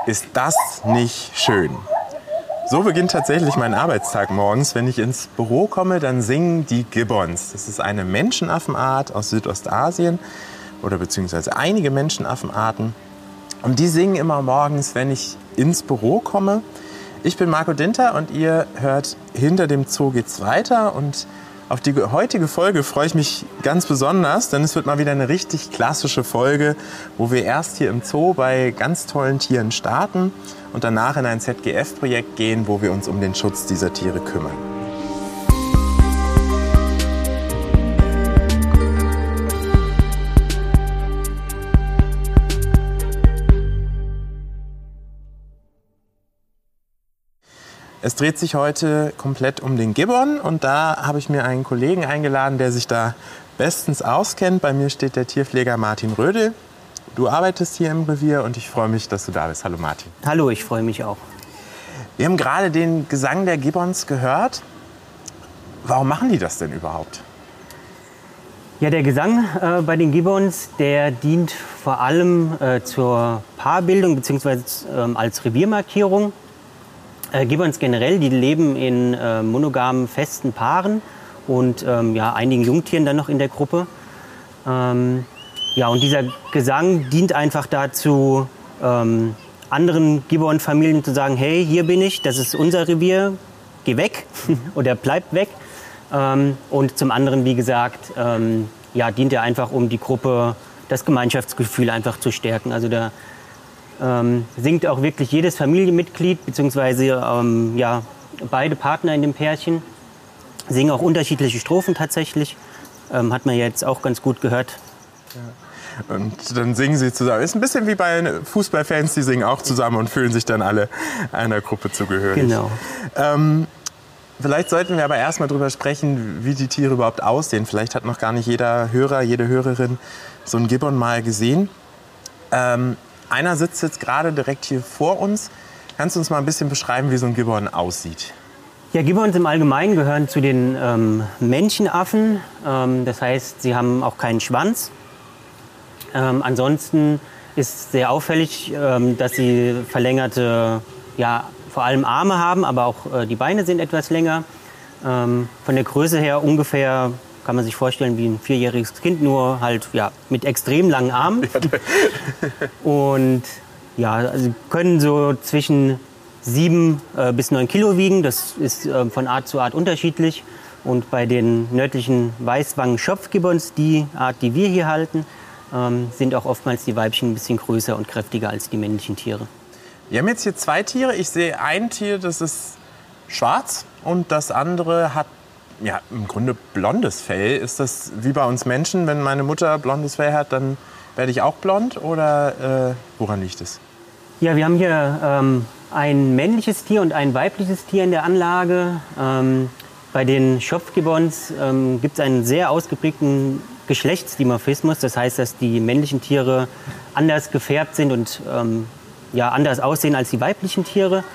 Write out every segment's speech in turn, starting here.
Ist das nicht schön? So beginnt tatsächlich mein Arbeitstag morgens. Wenn ich ins Büro komme, dann singen die Gibbons. Das ist eine Menschenaffenart aus Südostasien oder beziehungsweise einige Menschenaffenarten. Und die singen immer morgens, wenn ich ins Büro komme. Ich bin Marco Dinter und ihr hört Hinter dem Zoo geht's weiter. Und auf die heutige Folge freue ich mich ganz besonders, denn es wird mal wieder eine richtig klassische Folge, wo wir erst hier im Zoo bei ganz tollen Tieren starten und danach in ein ZGF-Projekt gehen, wo wir uns um den Schutz dieser Tiere kümmern. Es dreht sich heute komplett um den Gibbon und da habe ich mir einen Kollegen eingeladen, der sich da bestens auskennt. Bei mir steht der Tierpfleger Martin Rödel. Du arbeitest hier im Revier und ich freue mich, dass du da bist. Hallo Martin. Hallo, ich freue mich auch. Wir haben gerade den Gesang der Gibbons gehört. Warum machen die das denn überhaupt? Ja, der Gesang bei den Gibbons, der dient vor allem zur Paarbildung bzw. als Reviermarkierung. Gibbons generell, die leben in monogamen, festen Paaren und einigen Jungtieren dann noch in der Gruppe. Und dieser Gesang dient einfach dazu, anderen Gibbon-Familien zu sagen, hey, hier bin ich, das ist unser Revier, geh weg oder bleib weg. Und zum anderen, wie gesagt, dient er einfach, um die Gruppe, das Gemeinschaftsgefühl einfach zu stärken. Also da singt auch wirklich jedes Familienmitglied, beziehungsweise beide Partner in dem Pärchen, singen auch unterschiedliche Strophen tatsächlich. Hat man jetzt auch ganz gut gehört. Ja. Und dann singen sie zusammen. Ist ein bisschen wie bei Fußballfans, die singen auch zusammen und fühlen sich dann alle einer Gruppe zugehörig. Genau. Vielleicht sollten wir aber erstmal darüber sprechen, wie die Tiere überhaupt aussehen. Vielleicht hat noch gar nicht jeder Hörer, jede Hörerin so einen Gibbon mal gesehen. Einer sitzt jetzt gerade direkt hier vor uns. Kannst du uns mal ein bisschen beschreiben, wie so ein Gibbon aussieht? Ja, Gibbons im Allgemeinen gehören zu den Menschenaffen. Das heißt, sie haben auch keinen Schwanz. Ansonsten ist sehr auffällig, dass sie verlängerte, vor allem Arme haben, aber auch die Beine sind etwas länger. Von der Größe her ungefähr kann man sich vorstellen wie ein 4-jähriges Kind, nur halt mit extrem langen Armen. Und also können so zwischen 7 bis 9 Kilo wiegen. Das ist von Art zu Art unterschiedlich. Und bei den nördlichen Weißwangen-Schopf-Gibbons, die Art, die wir hier halten, sind auch oftmals die Weibchen ein bisschen größer und kräftiger als die männlichen Tiere. Wir haben jetzt hier 2 Tiere. Ich sehe ein Tier, das ist schwarz und das andere hat im Grunde blondes Fell. Ist das wie bei uns Menschen, wenn meine Mutter blondes Fell hat, dann werde ich auch blond oder woran liegt es? Ja, wir haben hier ein männliches Tier und ein weibliches Tier in der Anlage. Bei den Schopfgibbons gibt es einen sehr ausgeprägten Geschlechtsdimorphismus. Das heißt, dass die männlichen Tiere anders gefärbt sind und anders aussehen als die weiblichen Tiere.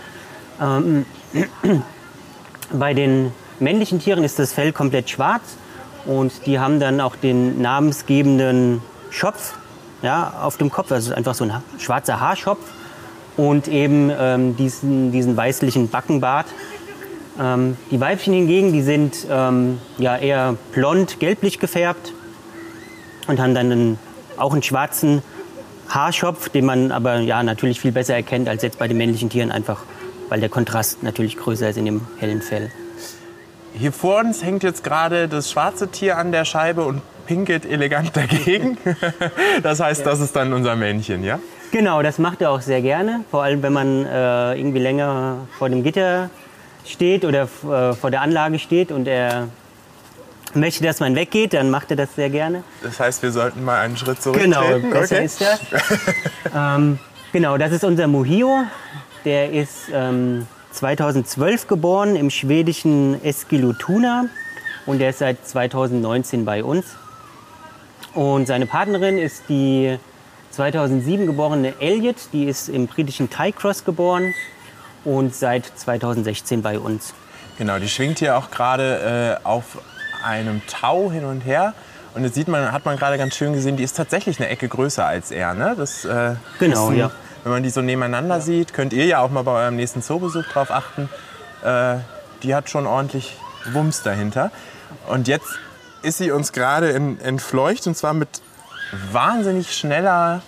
Bei den männlichen Tieren ist das Fell komplett schwarz und die haben dann auch den namensgebenden Schopf auf dem Kopf. Also einfach so ein schwarzer Haarschopf und eben diesen weißlichen Backenbart. Die Weibchen hingegen, die sind eher blond-gelblich gefärbt und haben dann auch einen schwarzen Haarschopf, den man aber natürlich viel besser erkennt als jetzt bei den männlichen Tieren, einfach weil der Kontrast natürlich größer ist in dem hellen Fell. Hier vor uns hängt jetzt gerade das schwarze Tier an der Scheibe und pinkelt elegant dagegen. Das heißt, das ist dann unser Männchen, ja? Genau, das macht er auch sehr gerne. Vor allem, wenn man irgendwie länger vor dem Gitter steht oder vor der Anlage steht und er möchte, dass man weggeht, dann macht er das sehr gerne. Das heißt, wir sollten mal einen Schritt zurücktreten? Genau, besser ist das. Genau, das ist unser Mohio. Der ist 2012 geboren im schwedischen Eskilstuna und der ist seit 2019 bei uns. Und seine Partnerin ist die 2007 geborene Elliot, die ist im britischen Tycross geboren und seit 2016 bei uns. Genau, die schwingt hier auch gerade auf einem Tau hin und her. Und jetzt hat man gerade ganz schön gesehen, die ist tatsächlich eine Ecke größer als er. Ne? Das, Genau, ja. Wenn man die so nebeneinander sieht, könnt ihr ja auch mal bei eurem nächsten Zoobesuch drauf achten. Die hat schon ordentlich Wumms dahinter. Und jetzt ist sie uns gerade entfleucht, und zwar mit wahnsinnig schnell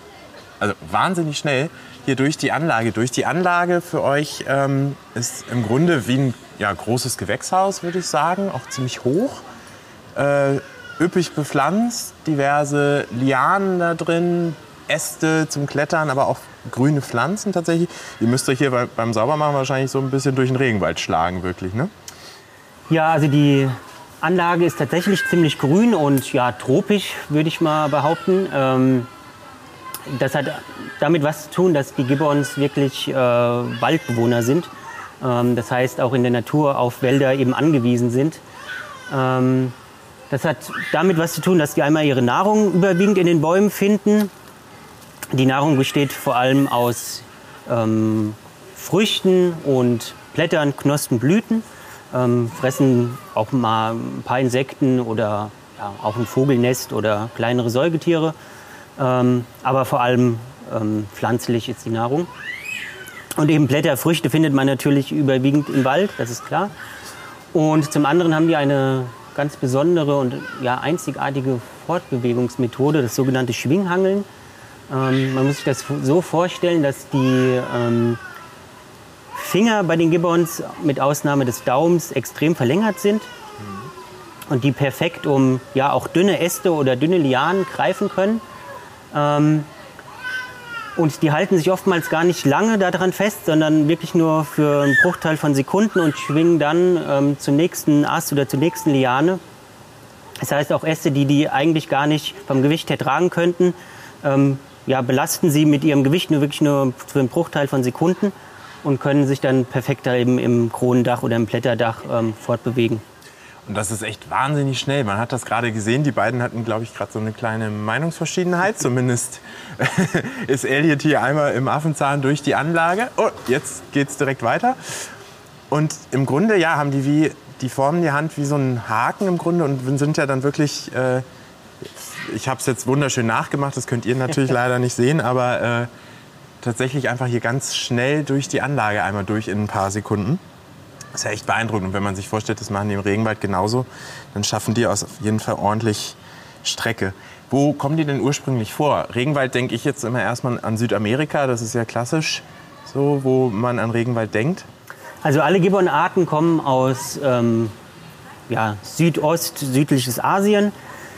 hier durch die Anlage. Durch die Anlage für euch ist im Grunde wie ein großes Gewächshaus, würde ich sagen, auch ziemlich hoch. Üppig bepflanzt, diverse Lianen da drin, Äste zum Klettern, aber auch grüne Pflanzen tatsächlich. Ihr müsst euch hier beim Saubermachen wahrscheinlich so ein bisschen durch den Regenwald schlagen, wirklich, ne? Ja, also die Anlage ist tatsächlich ziemlich grün und ja, tropisch, würde ich mal behaupten. Das hat damit was zu tun, dass die Gibbons wirklich Waldbewohner sind. Das heißt, auch in der Natur auf Wälder eben angewiesen sind. Das hat damit was zu tun, dass die einmal ihre Nahrung überwiegend in den Bäumen finden. Die Nahrung besteht vor allem aus Früchten und Blättern, Knospen, Blüten. Fressen auch mal ein paar Insekten oder auch ein Vogelnest oder kleinere Säugetiere. Aber vor allem pflanzlich ist die Nahrung. Und eben Blätter, Früchte findet man natürlich überwiegend im Wald, das ist klar. Und zum anderen haben die eine ganz besondere und einzigartige Fortbewegungsmethode, das sogenannte Schwinghangeln. Man muss sich das so vorstellen, dass die Finger bei den Gibbons mit Ausnahme des Daumens extrem verlängert sind und die perfekt auch dünne Äste oder dünne Lianen greifen können. Und die halten sich oftmals gar nicht lange daran fest, sondern wirklich nur für einen Bruchteil von Sekunden und schwingen dann zum nächsten Ast oder zur nächsten Liane. Das heißt, auch Äste, die eigentlich gar nicht vom Gewicht her tragen könnten, belasten sie mit ihrem Gewicht wirklich nur für einen Bruchteil von Sekunden und können sich dann perfekt da eben im Kronendach oder im Blätterdach fortbewegen. Und das ist echt wahnsinnig schnell. Man hat das gerade gesehen. Die beiden hatten, glaube ich, gerade so eine kleine Meinungsverschiedenheit. Zumindest ist Elliot hier einmal im Affenzahn durch die Anlage. Oh, jetzt geht's direkt weiter. Und im Grunde, haben die formen die Hand wie so einen Haken im Grunde und sind ja dann wirklich, ich habe es jetzt wunderschön nachgemacht, das könnt ihr natürlich leider nicht sehen, aber tatsächlich einfach hier ganz schnell durch die Anlage einmal durch in ein paar Sekunden. Das ist ja echt beeindruckend. Und wenn man sich vorstellt, das machen die im Regenwald genauso, dann schaffen die auf jeden Fall ordentlich Strecke. Wo kommen die denn ursprünglich vor? Regenwald denke ich jetzt immer erstmal an Südamerika. Das ist ja klassisch so, wo man an Regenwald denkt. Also alle Gibbon-Arten kommen aus südliches Asien.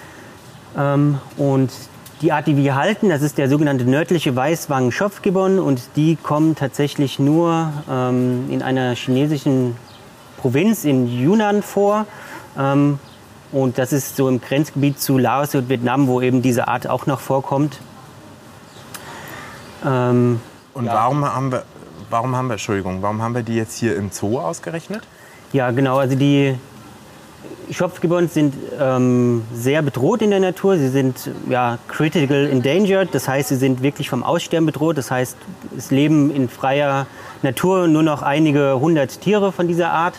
Und die Art, die wir hier halten, das ist der sogenannte nördliche Weißwangen-Schopfgibbon. Und die kommen tatsächlich nur in einer chinesischen Provinz in Yunnan vor. Und das ist so im Grenzgebiet zu Laos und Vietnam, wo eben diese Art auch noch vorkommt. Und warum haben wir die jetzt hier im Zoo ausgerechnet? Ja, genau. Also die Schopfgibbons sind sehr bedroht in der Natur. Sie sind critical endangered. Das heißt, sie sind wirklich vom Aussterben bedroht. Das heißt, es leben in freier Natur nur noch einige 100 Tiere von dieser Art.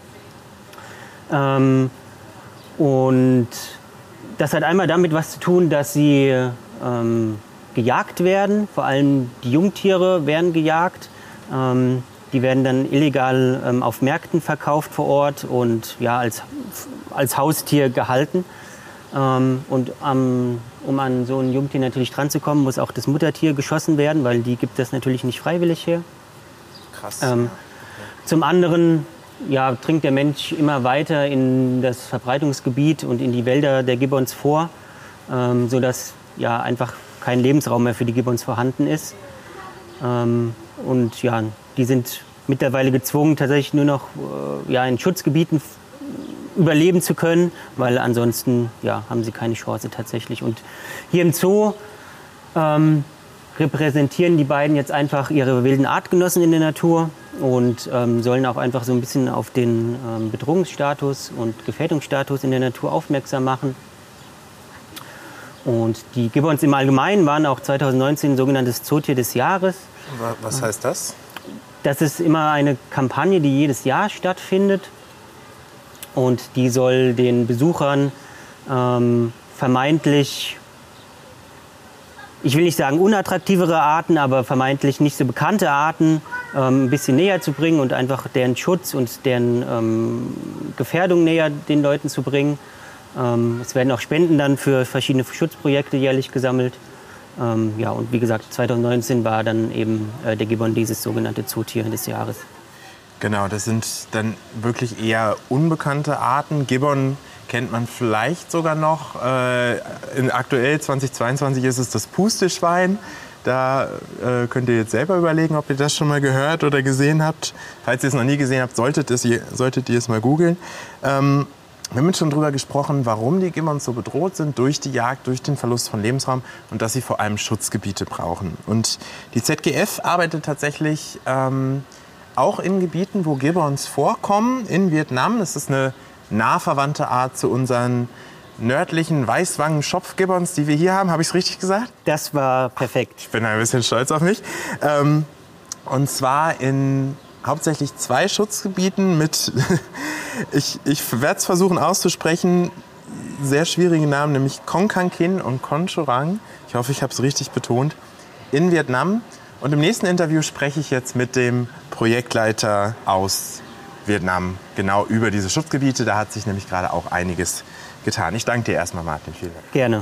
Und das hat einmal damit was zu tun, dass sie gejagt werden. Vor allem die Jungtiere werden gejagt. Die werden dann illegal auf Märkten verkauft vor Ort und als Haustier gehalten. Und um an so ein Jungtier natürlich dran zu kommen, muss auch das Muttertier geschossen werden, weil die gibt das natürlich nicht freiwillig her. Krass. Zum anderen dringt der Mensch immer weiter in das Verbreitungsgebiet und in die Wälder der Gibbons vor, sodass einfach kein Lebensraum mehr für die Gibbons vorhanden ist. Und die sind mittlerweile gezwungen, tatsächlich nur noch in Schutzgebieten überleben zu können, weil ansonsten haben sie keine Chance tatsächlich. Und hier im Zoo repräsentieren die beiden jetzt einfach ihre wilden Artgenossen in der Natur und sollen auch einfach so ein bisschen auf den Bedrohungsstatus und Gefährdungsstatus in der Natur aufmerksam machen. Und die Gibbons im Allgemeinen waren auch 2019 sogenanntes Zootier des Jahres. Was heißt das? Das ist immer eine Kampagne, die jedes Jahr stattfindet. Und die soll den Besuchern vermeintlich, ich will nicht sagen unattraktivere Arten, aber vermeintlich nicht so bekannte Arten ein bisschen näher zu bringen und einfach deren Schutz und deren Gefährdung näher den Leuten zu bringen. Es werden auch Spenden dann für verschiedene Schutzprojekte jährlich gesammelt. Ja, und wie gesagt, 2019 war dann eben der Gibbon dieses sogenannte Zootier des Jahres. Genau, das sind dann wirklich eher unbekannte Arten. Gibbon kennt man vielleicht sogar noch. Aktuell 2022 ist es das Pusteschwein. Da könnt ihr jetzt selber überlegen, ob ihr das schon mal gehört oder gesehen habt. Falls ihr es noch nie gesehen habt, solltet ihr es mal googeln. Wir haben jetzt schon darüber gesprochen, warum die Gibbons so bedroht sind durch die Jagd, durch den Verlust von Lebensraum und dass sie vor allem Schutzgebiete brauchen. Und die ZGF arbeitet tatsächlich auch in Gebieten, wo Gibbons vorkommen. In Vietnam, das ist eine nah verwandte Art zu unseren nördlichen Weißwangen-Schopf-Gibbons, die wir hier haben. Habe ich es richtig gesagt? Das war perfekt. Ich bin ein bisschen stolz auf mich. Und zwar in hauptsächlich 2 Schutzgebieten mit, ich werde es versuchen auszusprechen, sehr schwierige Namen, nämlich Con Can Kin und Con Churang. Ich hoffe, ich habe es richtig betont. In Vietnam. Und im nächsten Interview spreche ich jetzt mit dem Projektleiter aus Vietnam genau über diese Schutzgebiete. Da hat sich nämlich gerade auch einiges getan. Ich danke dir erstmal, Martin. Vielen Dank. Gerne.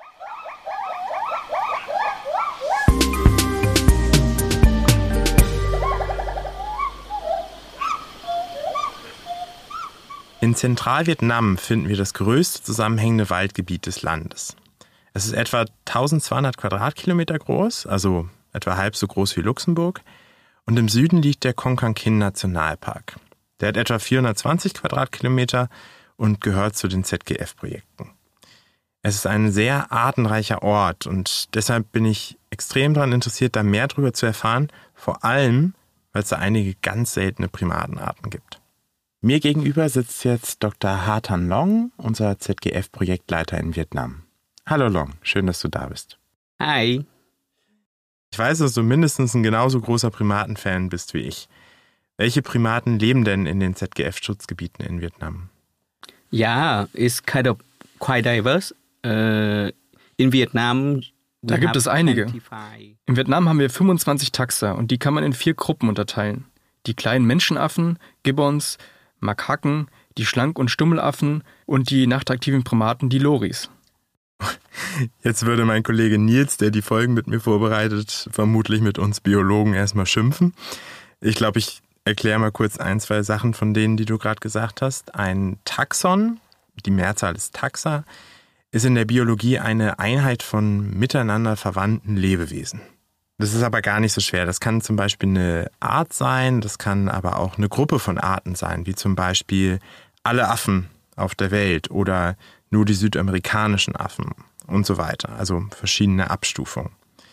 In Zentralvietnam finden wir das größte zusammenhängende Waldgebiet des Landes. Es ist etwa 1200 Quadratkilometer groß, also etwa halb so groß wie Luxemburg. Und im Süden liegt der Con Can Kin Nationalpark. Der hat etwa 420 Quadratkilometer und gehört zu den ZGF-Projekten. Es ist ein sehr artenreicher Ort und deshalb bin ich extrem daran interessiert, da mehr darüber zu erfahren, vor allem, weil es da einige ganz seltene Primatenarten gibt. Mir gegenüber sitzt jetzt Dr. Ha Thanh Long, unser ZGF-Projektleiter in Vietnam. Hallo Long, schön, dass du da bist. Hi. Ich weiß, dass du mindestens ein genauso großer Primatenfan bist wie ich. Welche Primaten leben denn in den ZGF-Schutzgebieten in Vietnam? Ja, it's kind of quite diverse. In Vietnam. Da gibt es einige. In Vietnam haben wir 25 Taxa und die kann man in 4 Gruppen unterteilen. Die kleinen Menschenaffen, Gibbons, Makaken, die Schlank- und Stummelaffen und die nachtaktiven Primaten, die Loris. Jetzt würde mein Kollege Nils, der die Folgen mit mir vorbereitet, vermutlich mit uns Biologen erstmal schimpfen. Ich glaube, ich erkläre mal kurz 1, 2 Sachen von denen, die du gerade gesagt hast. Ein Taxon, die Mehrzahl ist Taxa, ist in der Biologie eine Einheit von miteinander verwandten Lebewesen. Das ist aber gar nicht so schwer. Das kann zum Beispiel eine Art sein, das kann aber auch eine Gruppe von Arten sein, wie zum Beispiel alle Affen auf der Welt oder nur die südamerikanischen Affen und so weiter. Also verschiedene Abstufungen.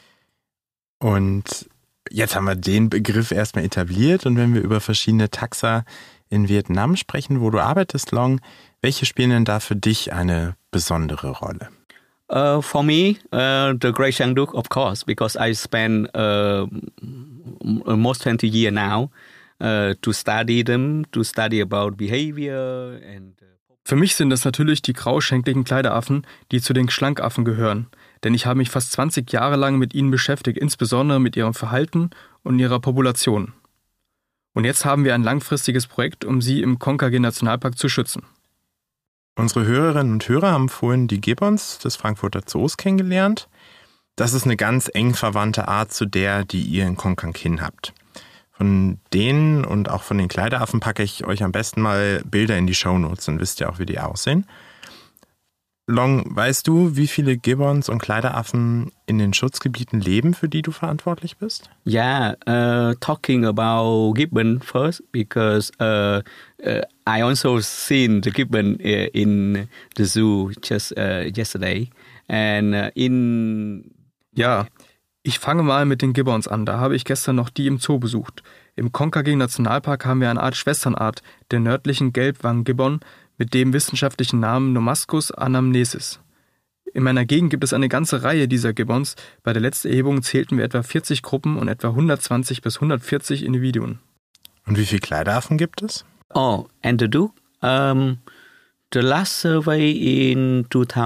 Und jetzt haben wir den Begriff erstmal etabliert und wenn wir über verschiedene Taxa in Vietnam sprechen, wo du arbeitest, Long, welche spielen denn da für dich eine besondere Rolle? For me, the Great Sang Duc, of course, because I spent almost 20 years now to study them, to study about behavior and. Für mich sind das natürlich die grauschenkligen Kleideraffen, die zu den Schlankaffen gehören. Denn ich habe mich fast 20 Jahre lang mit ihnen beschäftigt, insbesondere mit ihrem Verhalten und ihrer Population. Und jetzt haben wir ein langfristiges Projekt, um sie im Con Can Kin Nationalpark zu schützen. Unsere Hörerinnen und Hörer haben vorhin die Gibbons des Frankfurter Zoos kennengelernt. Das ist eine ganz eng verwandte Art zu der, die ihr in Con Can Kin habt. Von denen und auch von den Kleideraffen packe ich euch am besten mal Bilder in die Shownotes, dann wisst ihr auch, wie die aussehen. Long, weißt du, wie viele Gibbons und Kleideraffen in den Schutzgebieten leben, für die du verantwortlich bist? Yeah, talking about gibbon first, because I also seen the gibbon in the zoo just yesterday, and Ja, ich fange mal mit den Gibbons an. Da habe ich gestern noch die im Zoo besucht. Im Con Can Kin Nationalpark haben wir eine Art Schwesternart, der nördlichen Gelbwangen-Gibbon, mit dem wissenschaftlichen Namen Nomascus anamnesis. In meiner Gegend gibt es eine ganze Reihe dieser Gibbons. Bei der letzten Erhebung zählten wir etwa 40 Gruppen und etwa 120 bis 140 Individuen. Und wie viele Kleideraffen gibt es? Oh, and the Duke? The last survey in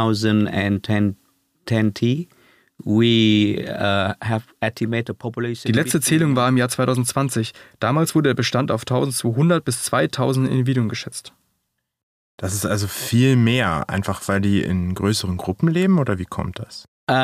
2020, we have estimated the population. Die letzte Zählung war im Jahr 2020. Damals wurde der Bestand auf 1200 bis 2000 Individuen geschätzt. Das ist also viel mehr, einfach weil die in größeren Gruppen leben, oder wie kommt das?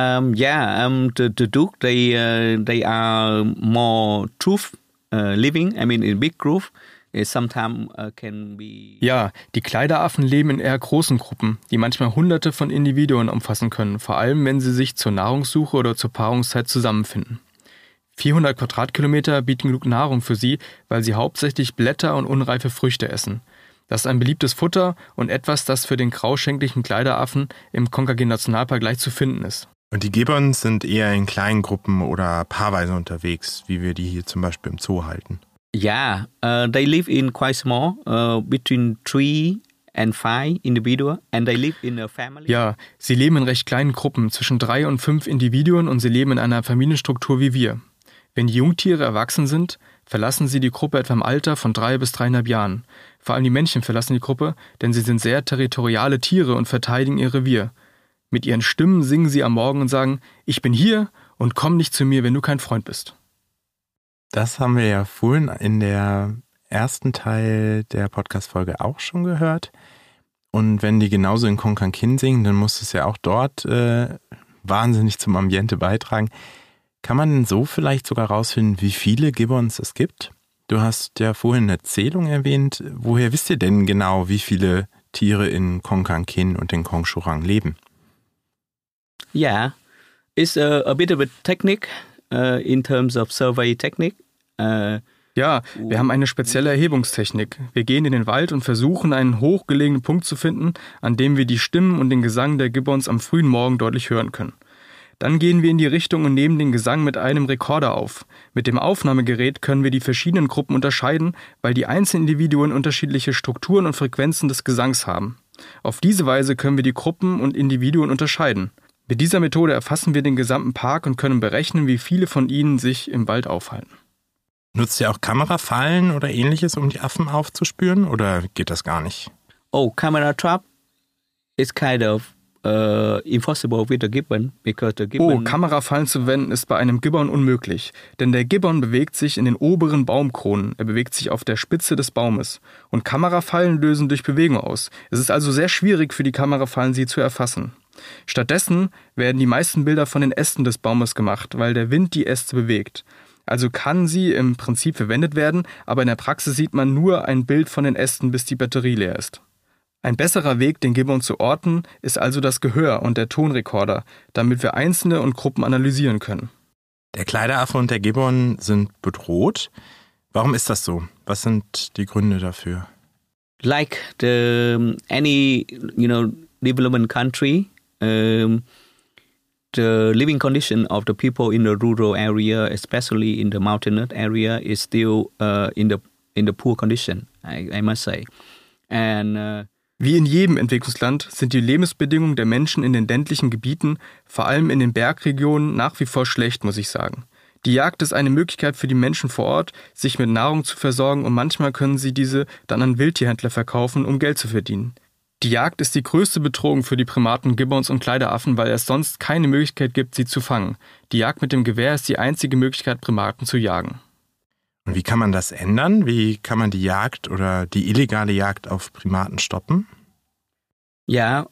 The Duke, they are more truth living. I mean, in big group. Sometimes can be. Ja, die Kleideraffen leben in eher großen Gruppen, die manchmal Hunderte von Individuen umfassen können, vor allem wenn sie sich zur Nahrungssuche oder zur Paarungszeit zusammenfinden. 400 Quadratkilometer bieten genug Nahrung für sie, weil sie hauptsächlich Blätter und unreife Früchte essen. Das ist ein beliebtes Futter und etwas, das für den grauschenklichen Kleideraffen im Concagua-Nationalpark leicht zu finden ist. Und die Gibbons sind eher in kleinen Gruppen oder paarweise unterwegs, wie wir die hier zum Beispiel im Zoo halten. Yeah, they live in quite small, between 3 and 5 individuals, and they live in a family. Ja, sie leben in recht kleinen Gruppen, zwischen 3 und 5 Individuen, und sie leben in einer Familienstruktur wie wir. Wenn die Jungtiere erwachsen sind, verlassen sie die Gruppe etwa im Alter von 3 bis 3,5 Jahren. Vor allem die Männchen verlassen die Gruppe, denn sie sind sehr territoriale Tiere und verteidigen ihr Revier. Mit ihren Stimmen singen sie am Morgen und sagen, ich bin hier und komm nicht zu mir, wenn du kein Freund bist. Das haben wir ja vorhin in der ersten Teil der Podcast-Folge auch schon gehört. Und wenn die genauso in Konkankin singen, dann muss es ja auch dort wahnsinnig zum Ambiente beitragen. Kann man denn so vielleicht sogar rausfinden, wie viele Gibbons es gibt? Du hast ja vorhin eine Zählung erwähnt. Woher wisst ihr denn genau, wie viele Tiere in Konkankin und in Kongshurang leben? Yeah, it's a bit of a technique in terms of survey technique. Ja, wir haben eine spezielle Erhebungstechnik. Wir gehen in den Wald und versuchen, einen hochgelegenen Punkt zu finden, an dem wir die Stimmen und den Gesang der Gibbons am frühen Morgen deutlich hören können. Dann gehen wir in die Richtung und nehmen den Gesang mit einem Rekorder auf. Mit dem Aufnahmegerät können wir die verschiedenen Gruppen unterscheiden, weil die einzelnen Individuen unterschiedliche Strukturen und Frequenzen des Gesangs haben. Auf diese Weise können wir die Gruppen und Individuen unterscheiden. Mit dieser Methode erfassen wir den gesamten Park und können berechnen, wie viele von ihnen sich im Wald aufhalten. Nutzt ihr auch Kamerafallen oder ähnliches, um die Affen aufzuspüren, oder geht das gar nicht? Oh, camera trap is kind of impossible with the gibbon, because the gibbon. Oh, Kamerafallen zu wenden ist bei einem Gibbon unmöglich, denn der Gibbon bewegt sich in den oberen Baumkronen, er bewegt sich auf der Spitze des Baumes und Kamerafallen lösen durch Bewegung aus. Es ist also sehr schwierig für die Kamerafallen, sie zu erfassen. Stattdessen werden die meisten Bilder von den Ästen des Baumes gemacht, weil der Wind die Äste bewegt. Also kann sie im Prinzip verwendet werden, aber in der Praxis sieht man nur ein Bild von den Ästen, bis die Batterie leer ist. Ein besserer Weg, den Gibbon zu orten, ist also das Gehör und der Tonrekorder, damit wir Einzelne und Gruppen analysieren können. Der Kleideraffe und der Gibbon sind bedroht. Warum ist das so? Was sind die Gründe dafür? Like any development country, the living condition of the people in the rural area, especially in the mountainous area, is still in the poor condition, I must say. And wie in jedem Entwicklungsland sind die Lebensbedingungen der Menschen in den ländlichen Gebieten, vor allem in den Bergregionen, nach wie vor schlecht, muss ich sagen. Die Jagd ist eine Möglichkeit für die Menschen vor Ort, sich mit Nahrung zu versorgen, und manchmal können sie diese dann an Wildtierhändler verkaufen, um Geld zu verdienen. Die Jagd ist die größte Bedrohung für die Primaten, Gibbons und Kleideraffen, weil es sonst keine Möglichkeit gibt, sie zu fangen. Die Jagd mit dem Gewehr ist die einzige Möglichkeit, Primaten zu jagen. Und wie kann man das ändern? Wie kann man die Jagd oder die illegale Jagd auf Primaten stoppen? Yeah,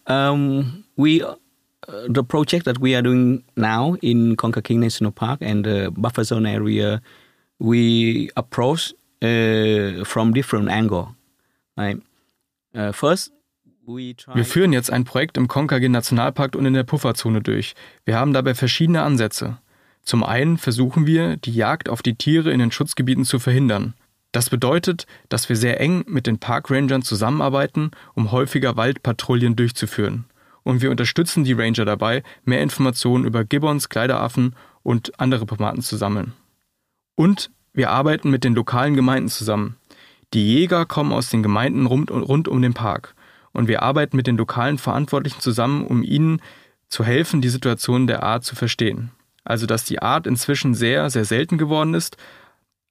the project that we are doing now in Concachin National Park and the buffer zone area, we approach from different angle. Right? First, wir führen jetzt ein Projekt im Concagin Nationalpark und in der Pufferzone durch. Wir haben dabei verschiedene Ansätze. Zum einen versuchen wir, die Jagd auf die Tiere in den Schutzgebieten zu verhindern. Das bedeutet, dass wir sehr eng mit den Parkrangern zusammenarbeiten, um häufiger Waldpatrouillen durchzuführen. Und wir unterstützen die Ranger dabei, mehr Informationen über Gibbons, Kleideraffen und andere Primaten zu sammeln. Und wir arbeiten mit den lokalen Gemeinden zusammen. Die Jäger kommen aus den Gemeinden rund um den Park. Und wir arbeiten mit den lokalen Verantwortlichen zusammen, um ihnen zu helfen, die Situation der Art zu verstehen. Also, dass die Art inzwischen sehr, sehr selten geworden ist,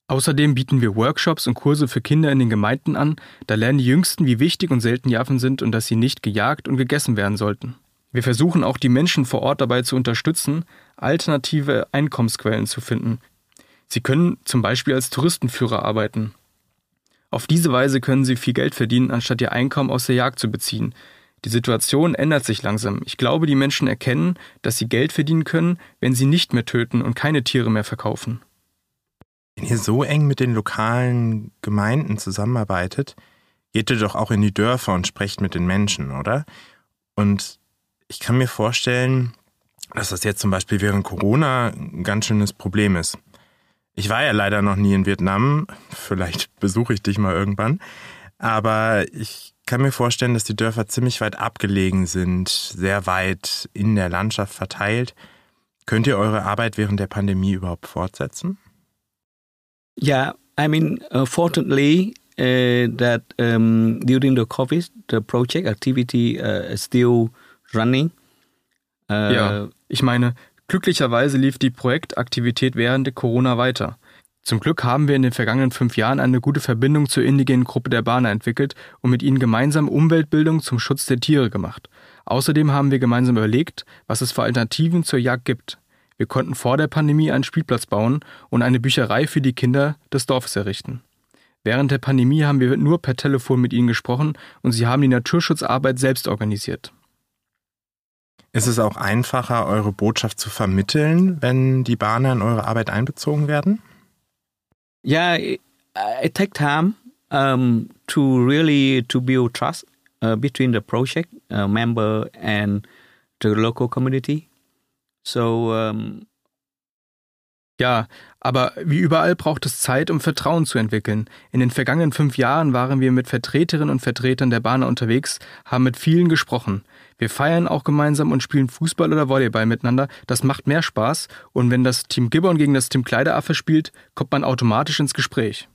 Außerdem bieten wir Workshops und Kurse für Kinder in den Gemeinden an. Da lernen die Jüngsten, wie wichtig und selten die Affen sind und dass sie nicht gejagt und gegessen werden sollten. Wir versuchen auch die Menschen vor Ort dabei zu unterstützen, alternative Einkommensquellen zu finden. Sie können zum Beispiel als Touristenführer arbeiten. Auf diese Weise können sie viel Geld verdienen, anstatt ihr Einkommen aus der Jagd zu beziehen. Die Situation ändert sich langsam. Ich glaube, die Menschen erkennen, dass sie Geld verdienen können, wenn sie nicht mehr töten und keine Tiere mehr verkaufen. Wenn ihr so eng mit den lokalen Gemeinden zusammenarbeitet, geht ihr doch auch in die Dörfer und sprecht mit den Menschen, oder? Und ich kann mir vorstellen, dass das jetzt zum Beispiel während Corona ein ganz schönes Problem ist. Ich war ja leider noch nie in Vietnam, vielleicht besuche ich dich mal irgendwann, aber ich kann mir vorstellen, dass die Dörfer ziemlich weit abgelegen sind, sehr weit in der Landschaft verteilt. Könnt ihr eure Arbeit während der Pandemie überhaupt fortsetzen? Yeah, I mean, fortunately, that during the COVID, the project activity is still running. Ja, ich meine, glücklicherweise lief die Projektaktivität während der Corona weiter. Zum Glück haben wir in den vergangenen 5 Jahren eine gute Verbindung zur indigenen Gruppe der Bana entwickelt und mit ihnen gemeinsam Umweltbildung zum Schutz der Tiere gemacht. Außerdem haben wir gemeinsam überlegt, was es für Alternativen zur Jagd gibt. Wir konnten vor der Pandemie einen Spielplatz bauen und eine Bücherei für die Kinder des Dorfes errichten. Während der Pandemie haben wir nur per Telefon mit ihnen gesprochen und sie haben die Naturschutzarbeit selbst organisiert. Ist es auch einfacher, eure Botschaft zu vermitteln, wenn die Bana in eure Arbeit einbezogen werden? Yeah, it takes time to build trust between the project member and the local community. So, Ja, aber wie überall braucht es Zeit, um Vertrauen zu entwickeln. In den vergangenen 5 Jahren waren wir mit Vertreterinnen und Vertretern der Bana unterwegs, haben mit vielen gesprochen. Wir feiern auch gemeinsam und spielen Fußball oder Volleyball miteinander. Das macht mehr Spaß. Und wenn das Team Gibbon gegen das Team Kleideraffe spielt, kommt man automatisch ins Gespräch.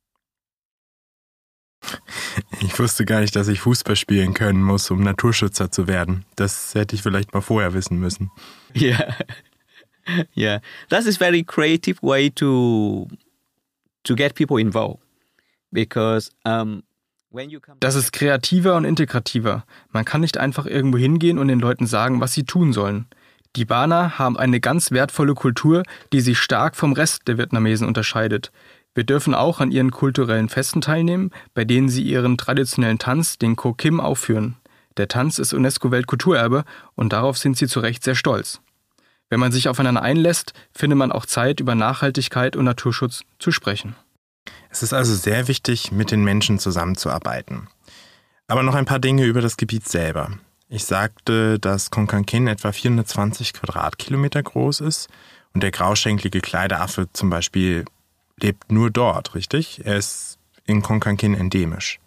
Ich wusste gar nicht, dass ich Fußball spielen können muss, um Naturschützer zu werden. Das hätte ich vielleicht mal vorher wissen müssen. yeah. Yeah, that is very creative way to get people involved, because when you come. Das ist kreativer und integrativer. Man kann nicht einfach irgendwo hingehen und den Leuten sagen, was sie tun sollen. Die Bana haben eine ganz wertvolle Kultur, die sich stark vom Rest der Vietnamesen unterscheidet. Wir dürfen auch an ihren kulturellen Festen teilnehmen, bei denen sie ihren traditionellen Tanz, den Co Kim, aufführen. Der Tanz ist UNESCO-Weltkulturerbe und darauf sind sie zu Recht sehr stolz. Wenn man sich aufeinander einlässt, findet man auch Zeit, über Nachhaltigkeit und Naturschutz zu sprechen. Es ist also sehr wichtig, mit den Menschen zusammenzuarbeiten. Aber noch ein paar Dinge über das Gebiet selber. Ich sagte, dass Con Can Kin etwa 420 Quadratkilometer groß ist und der grauschenklige Kleideraffe zum Beispiel lebt nur dort, richtig? Er ist in Con Can Kin endemisch.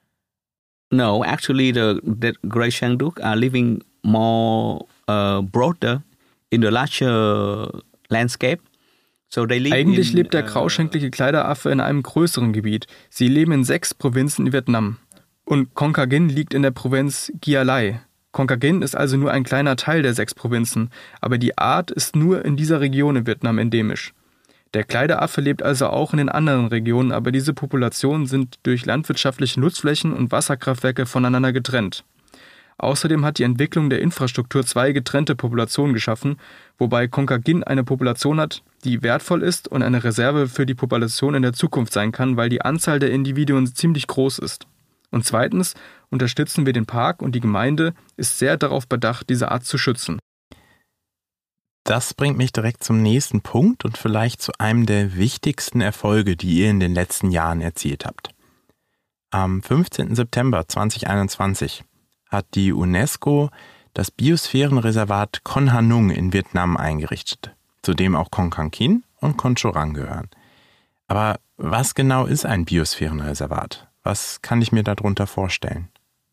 No, actually the Grey Shanduk are living more broader in the larger landscape. So they live Eigentlich lebt der grauschenklige Kleideraffe in einem größeren Gebiet. Sie leben in 6 Provinzen in Vietnam. Und Con Ca Gin liegt in der Provinz Gia Lai. Con Ca Gin ist also nur ein kleiner Teil der 6 Provinzen, aber die Art ist nur in dieser Region in Vietnam endemisch. Der Kleideraffe lebt also auch in den anderen Regionen, aber diese Populationen sind durch landwirtschaftliche Nutzflächen und Wasserkraftwerke voneinander getrennt. Außerdem hat die Entwicklung der Infrastruktur 2 getrennte Populationen geschaffen, wobei Con Ca Gin eine Population hat, die wertvoll ist und eine Reserve für die Population in der Zukunft sein kann, weil die Anzahl der Individuen ziemlich groß ist. Und zweitens unterstützen wir den Park und die Gemeinde ist sehr darauf bedacht, diese Art zu schützen. Das bringt mich direkt zum nächsten Punkt und vielleicht zu einem der wichtigsten Erfolge, die ihr in den letzten Jahren erzielt habt. Am 15. September 2021 hat die UNESCO das Biosphärenreservat Con Hanung in Vietnam eingerichtet, zu dem auch Con Can Kin und Con Cho Rang gehören. Aber was genau ist ein Biosphärenreservat? Was kann ich mir darunter vorstellen?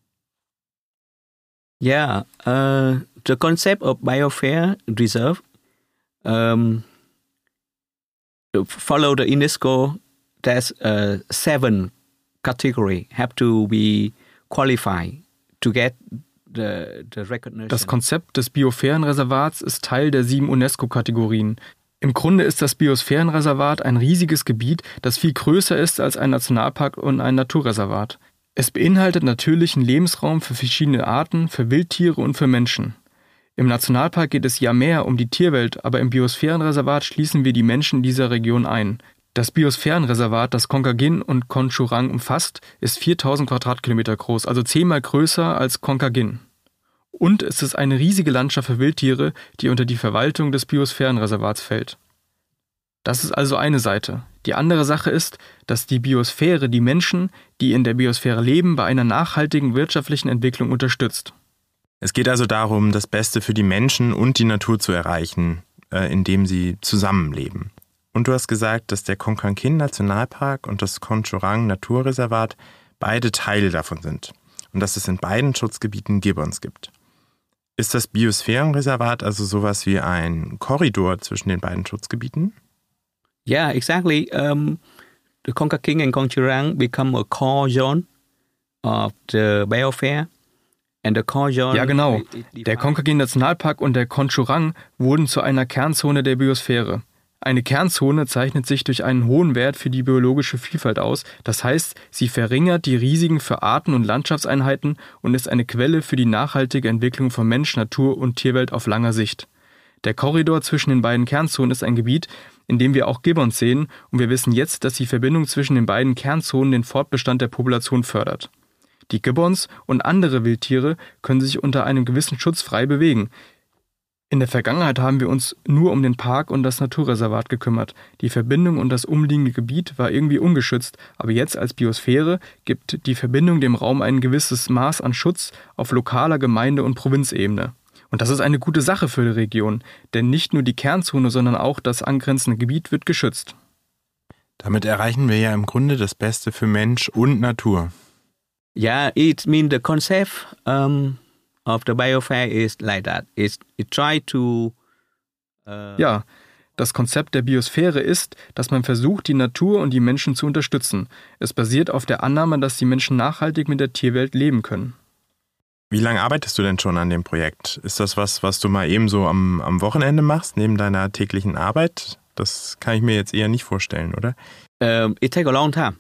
Yeah, the concept of biosphere reserve follow the UNESCO. There's 7 category have to be qualified to get the recognition. Das Konzept des Biosphärenreservats ist Teil der 7 UNESCO-Kategorien. Im Grunde ist das Biosphärenreservat ein riesiges Gebiet, das viel größer ist als ein Nationalpark und ein Naturreservat. Es beinhaltet natürlichen Lebensraum für verschiedene Arten, für Wildtiere und für Menschen. Im Nationalpark geht es ja mehr um die Tierwelt, aber im Biosphärenreservat schließen wir die Menschen dieser Region ein. Das Biosphärenreservat, das Concagin und Conchurang umfasst, ist 4000 Quadratkilometer groß, also 10-mal größer als Concagin. Und es ist eine riesige Landschaft für Wildtiere, die unter die Verwaltung des Biosphärenreservats fällt. Das ist also eine Seite. Die andere Sache ist, dass die Biosphäre die Menschen, die in der Biosphäre leben, bei einer nachhaltigen wirtschaftlichen Entwicklung unterstützt. Es geht also darum, das Beste für die Menschen und die Natur zu erreichen, indem sie zusammenleben. Und du hast gesagt, dass der Concagin-Nationalpark und das Conchurang-Naturreservat beide Teile davon sind und dass es in beiden Schutzgebieten Gibbons gibt. Ist das Biosphärenreservat also sowas wie ein Korridor zwischen den beiden Schutzgebieten? Yeah, exactly. The Concagin and Conchurang become a core zone of the biosphere. And the core zone. Ja, genau. Der Concagin-Nationalpark und der Conchurang wurden zu einer Kernzone der Biosphäre. Eine Kernzone zeichnet sich durch einen hohen Wert für die biologische Vielfalt aus. Das heißt, sie verringert die Risiken für Arten und Landschaftseinheiten und ist eine Quelle für die nachhaltige Entwicklung von Mensch, Natur und Tierwelt auf langer Sicht. Der Korridor zwischen den beiden Kernzonen ist ein Gebiet, in dem wir auch Gibbons sehen, und wir wissen jetzt, dass die Verbindung zwischen den beiden Kernzonen den Fortbestand der Population fördert. Die Gibbons und andere Wildtiere können sich unter einem gewissen Schutz frei bewegen. In der Vergangenheit haben wir uns nur um den Park und das Naturreservat gekümmert. Die Verbindung und das umliegende Gebiet war irgendwie ungeschützt, aber jetzt als Biosphäre gibt die Verbindung dem Raum ein gewisses Maß an Schutz auf lokaler Gemeinde- und Provinzebene. Und das ist eine gute Sache für die Region, denn nicht nur die Kernzone, sondern auch das angrenzende Gebiet wird geschützt. Damit erreichen wir ja im Grunde das Beste für Mensch und Natur. Yeah, it means the concept of the biosphere is like that. It try to. Ja, das Konzept der Biosphäre ist, dass man versucht, die Natur und die Menschen zu unterstützen. Es basiert auf der Annahme, dass die Menschen nachhaltig mit der Tierwelt leben können. Wie lange arbeitest du denn schon an dem Projekt? Ist das was du mal eben so am Wochenende machst, neben deiner täglichen Arbeit? Das kann ich mir jetzt eher nicht vorstellen, oder? It take a long time.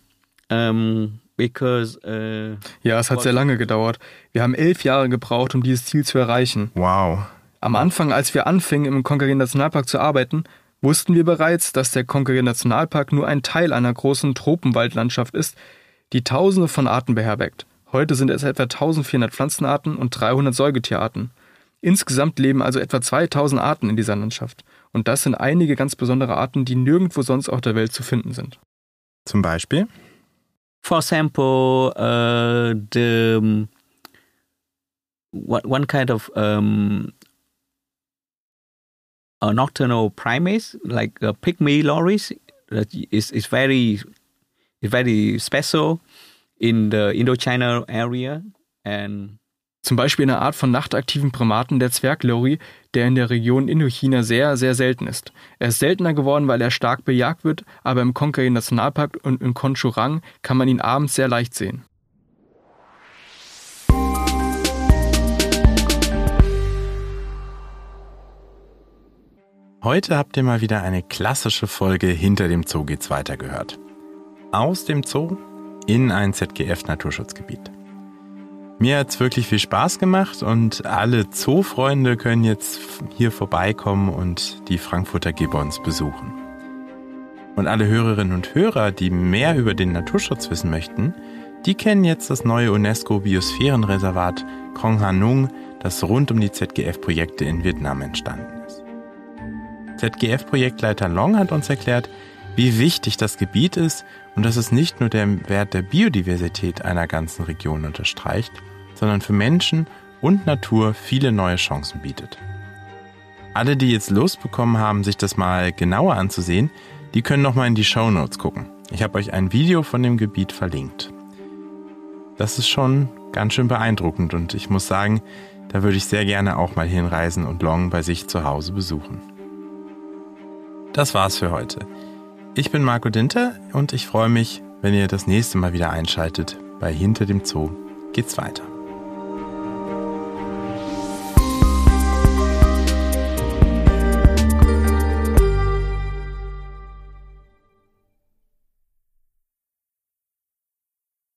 Ja, es hat sehr lange gedauert. Wir haben 11 Jahre gebraucht, um dieses Ziel zu erreichen. Wow. Am Anfang, als wir anfingen, im Concagin-Nationalpark zu arbeiten, wussten wir bereits, dass der Concagin-Nationalpark nur ein Teil einer großen Tropenwaldlandschaft ist, die Tausende von Arten beherbergt. Heute sind es etwa 1400 Pflanzenarten und 300 Säugetierarten. Insgesamt leben also etwa 2000 Arten in dieser Landschaft. Und das sind einige ganz besondere Arten, die nirgendwo sonst auf der Welt zu finden sind. Zum Beispiel? For example, one kind of nocturnal primates like pygmy lories is very special in the Indochina area. And zum Beispiel eine Art von nachtaktiven Primaten, der Zwerglori, der in der Region Indochina sehr, sehr selten ist. Er ist seltener geworden, weil er stark bejagt wird, aber im Concagin-Nationalpark und in Conchurang kann man ihn abends sehr leicht sehen. Heute habt ihr mal wieder eine klassische Folge Hinter dem Zoo geht's weiter gehört. Aus dem Zoo in ein ZGF-Naturschutzgebiet. Mir hat's wirklich viel Spaß gemacht und alle Zoofreunde können jetzt hier vorbeikommen und die Frankfurter Gibbons besuchen. Und alle Hörerinnen und Hörer, die mehr über den Naturschutz wissen möchten, die kennen jetzt das neue UNESCO-Biosphärenreservat Krong Hanung, das rund um die ZGF-Projekte in Vietnam entstanden ist. ZGF-Projektleiter Long hat uns erklärt, wie wichtig das Gebiet ist und dass es nicht nur den Wert der Biodiversität einer ganzen Region unterstreicht, sondern für Menschen und Natur viele neue Chancen bietet. Alle, die jetzt Lust bekommen haben, sich das mal genauer anzusehen, die können noch mal in die Shownotes gucken. Ich habe euch ein Video von dem Gebiet verlinkt. Das ist schon ganz schön beeindruckend und ich muss sagen, da würde ich sehr gerne auch mal hinreisen und Long bei sich zu Hause besuchen. Das war's für heute. Ich bin Marco Dinter und ich freue mich, wenn ihr das nächste Mal wieder einschaltet. Bei Hinter dem Zoo geht's weiter.